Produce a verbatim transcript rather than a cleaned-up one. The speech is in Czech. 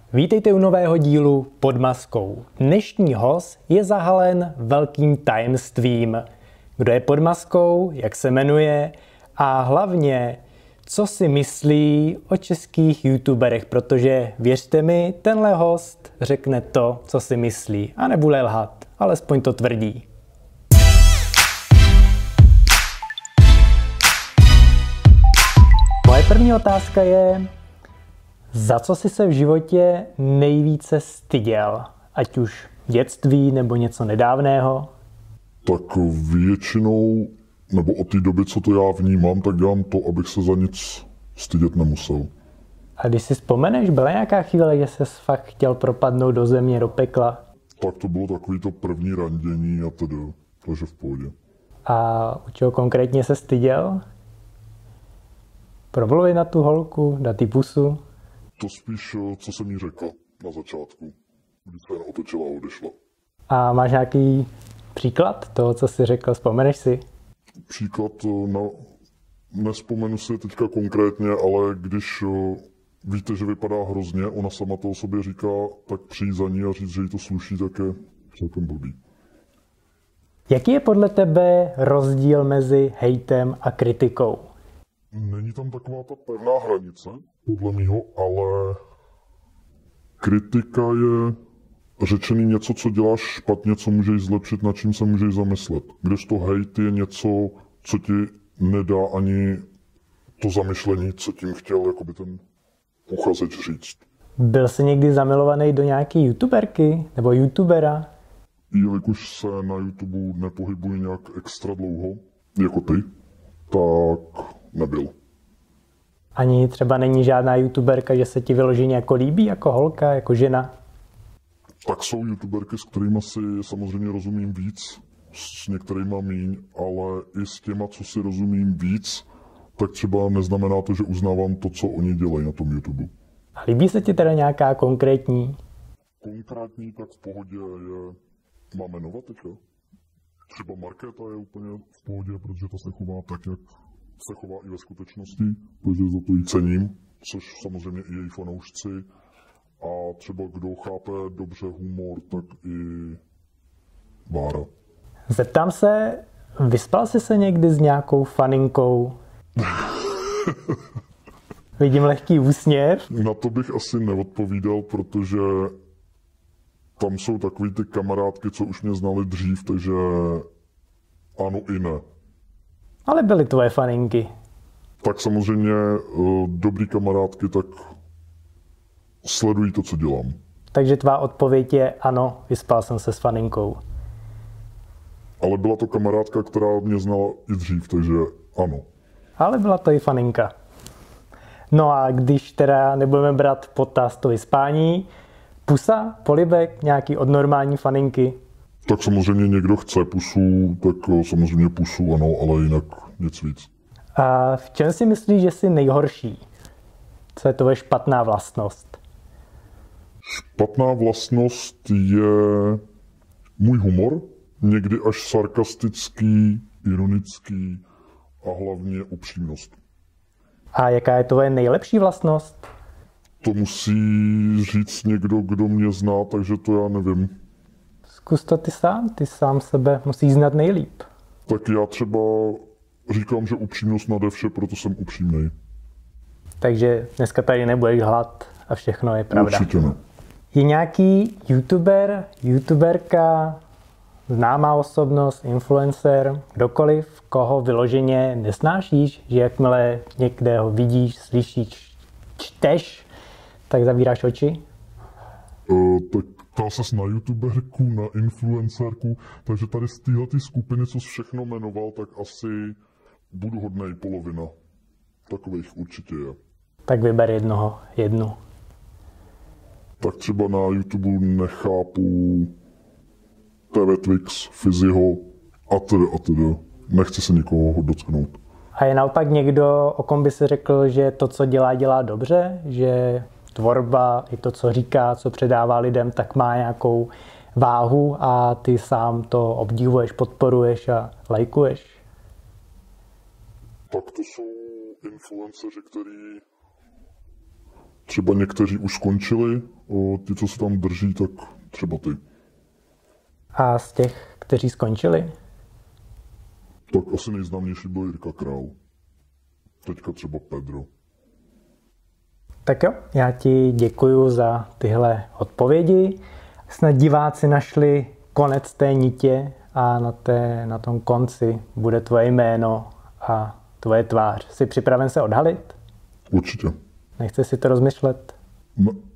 Vítejte u nového dílu Pod maskou. Dnešní host je zahalen velkým tajemstvím. Kdo je pod maskou, jak se jmenuje a hlavně, co si myslí o českých youtuberech, protože věřte mi, tenhle host řekne to, co si myslí a nebude lhat, alespoň to tvrdí. Moje první otázka je, za co jsi se v životě nejvíce styděl? Ať už v dětství nebo něco nedávného? Tak většinou, nebo od té doby, co to já vnímám, tak dělám to, abych se za nic stydět nemusel. A když si vzpomeneš, byla nějaká chvíle, že ses fakt chtěl propadnout do země, do pekla? Tak to bylo takový to první randění a tedy, takže v pohodě. A u čeho konkrétně se styděl? Promluvit na tu holku, na ty pusu? To spíš, co jsem jí řekl na začátku, když se jen otočila a odešla. A máš nějaký příklad toho, co jsi řekl? Vzpomeneš si? Příklad, na, nespomenu si teďka konkrétně, ale když víte, že vypadá hrozně, ona sama to o sobě říká, tak přijít za ní a říct, že jí to sluší, tak je celkem blbý. Jaký je podle tebe rozdíl mezi hejtem a kritikou? Není tam taková ta pevná hranice, podle mýho, ale kritika je řečený něco, co děláš špatně, co můžeš zlepšit, nad čím se můžeš zamyslet. Kdežto hejt je něco, co ti nedá ani to zamyšlení, co tím chtěl jakoby ten uchazeč říct. Byl jsi někdy zamilovaný do nějaký youtuberky nebo youtubera? Jelikož se na YouTube nepohybuji nějak extra dlouho, jako ty, tak nebyl. Ani třeba není žádná youtuberka, že se ti vyloženě jako líbí, jako holka, jako žena? Tak jsou youtuberky, s kterými si samozřejmě rozumím víc, s některými míň, ale i s těma, co si rozumím víc, tak třeba neznamená to, že uznávám to, co oni dělají na tom YouTube. A líbí se ti teda nějaká konkrétní? Konkrétní tak v pohodě je... Máme Nova teďka? Třeba Markéta je úplně v pohodě, protože ta se chová tak, jak se chová i ve skutečnosti, protože za to jí cením, což samozřejmě i její fanoušci. A třeba kdo chápe dobře humor, tak i Bára. Zeptám se, vyspal jsi se někdy s nějakou faninkou? Vidím lehký úsměv. Na to bych asi neodpovídal, protože tam jsou takový ty kamarádky, co už mě znali dřív, takže ano i ne. Ale byly tvoje faninky. Tak samozřejmě dobrý kamarádky, tak sledují to, co dělám. Takže tvá odpověď je ano, vyspal jsem se s faninkou. Ale byla to kamarádka, která mě znala i dřív, takže ano. Ale byla to i faninka. No a když teda nebudeme brát v potaz to vyspání, pusa, polibek, nějaký od normální faninky? Tak samozřejmě někdo chce pusu, tak samozřejmě pusu, ano, ale jinak nic víc. A v čem si myslíš, že jsi nejhorší? Co je tvoje špatná vlastnost? Špatná vlastnost je můj humor, někdy až sarkastický, ironický a hlavně upřímnost. A jaká je tvoje nejlepší vlastnost? To musí říct někdo, kdo mě zná, takže to já nevím. Zkus to ty sám, ty sám sebe musíš znát nejlíp. Tak já třeba říkám, že upřímnost nade vše, proto jsem upřímnej. Takže dneska tady nebudeš hlad a všechno je pravda. Určitě ne. Je nějaký youtuber, youtuberka, známá osobnost, influencer, kdokoliv, koho vyloženě nesnášíš, že jakmile někde ho vidíš, slyšíš, čteš, tak zavíráš oči? Uh, tak ptal ses na youtuberku, na influencerku, takže tady z téhleté skupiny, co jsi všechno jmenoval, tak asi budu hodnej polovina. Takových určitě je. Tak vyber jednoho, jednu. Tak třeba na YouTube nechápu T V Twix, Fiziho a tedy a tedy. Nechci se nikoho dotknout. A je naopak někdo, o kom by si řekl, že to, co dělá, dělá dobře? Že tvorba i to, co říká, co předává lidem, tak má nějakou váhu a ty sám to obdivuješ, podporuješ a lajkuješ? Tak to jsou influenceři, který Třeba někteří už skončili, o, ty, co se tam drží, tak třeba ty. A z těch, kteří skončili? Tak asi nejznámější byl Jirka Král. Teďka třeba Pedro. Tak jo, já ti děkuju za tyhle odpovědi. Snad diváci našli konec té nitě a na, té, na tom konci bude tvoje jméno a tvoje tvář. Jsi připraven se odhalit? Určitě. Nechceš si to rozmyšlet? No.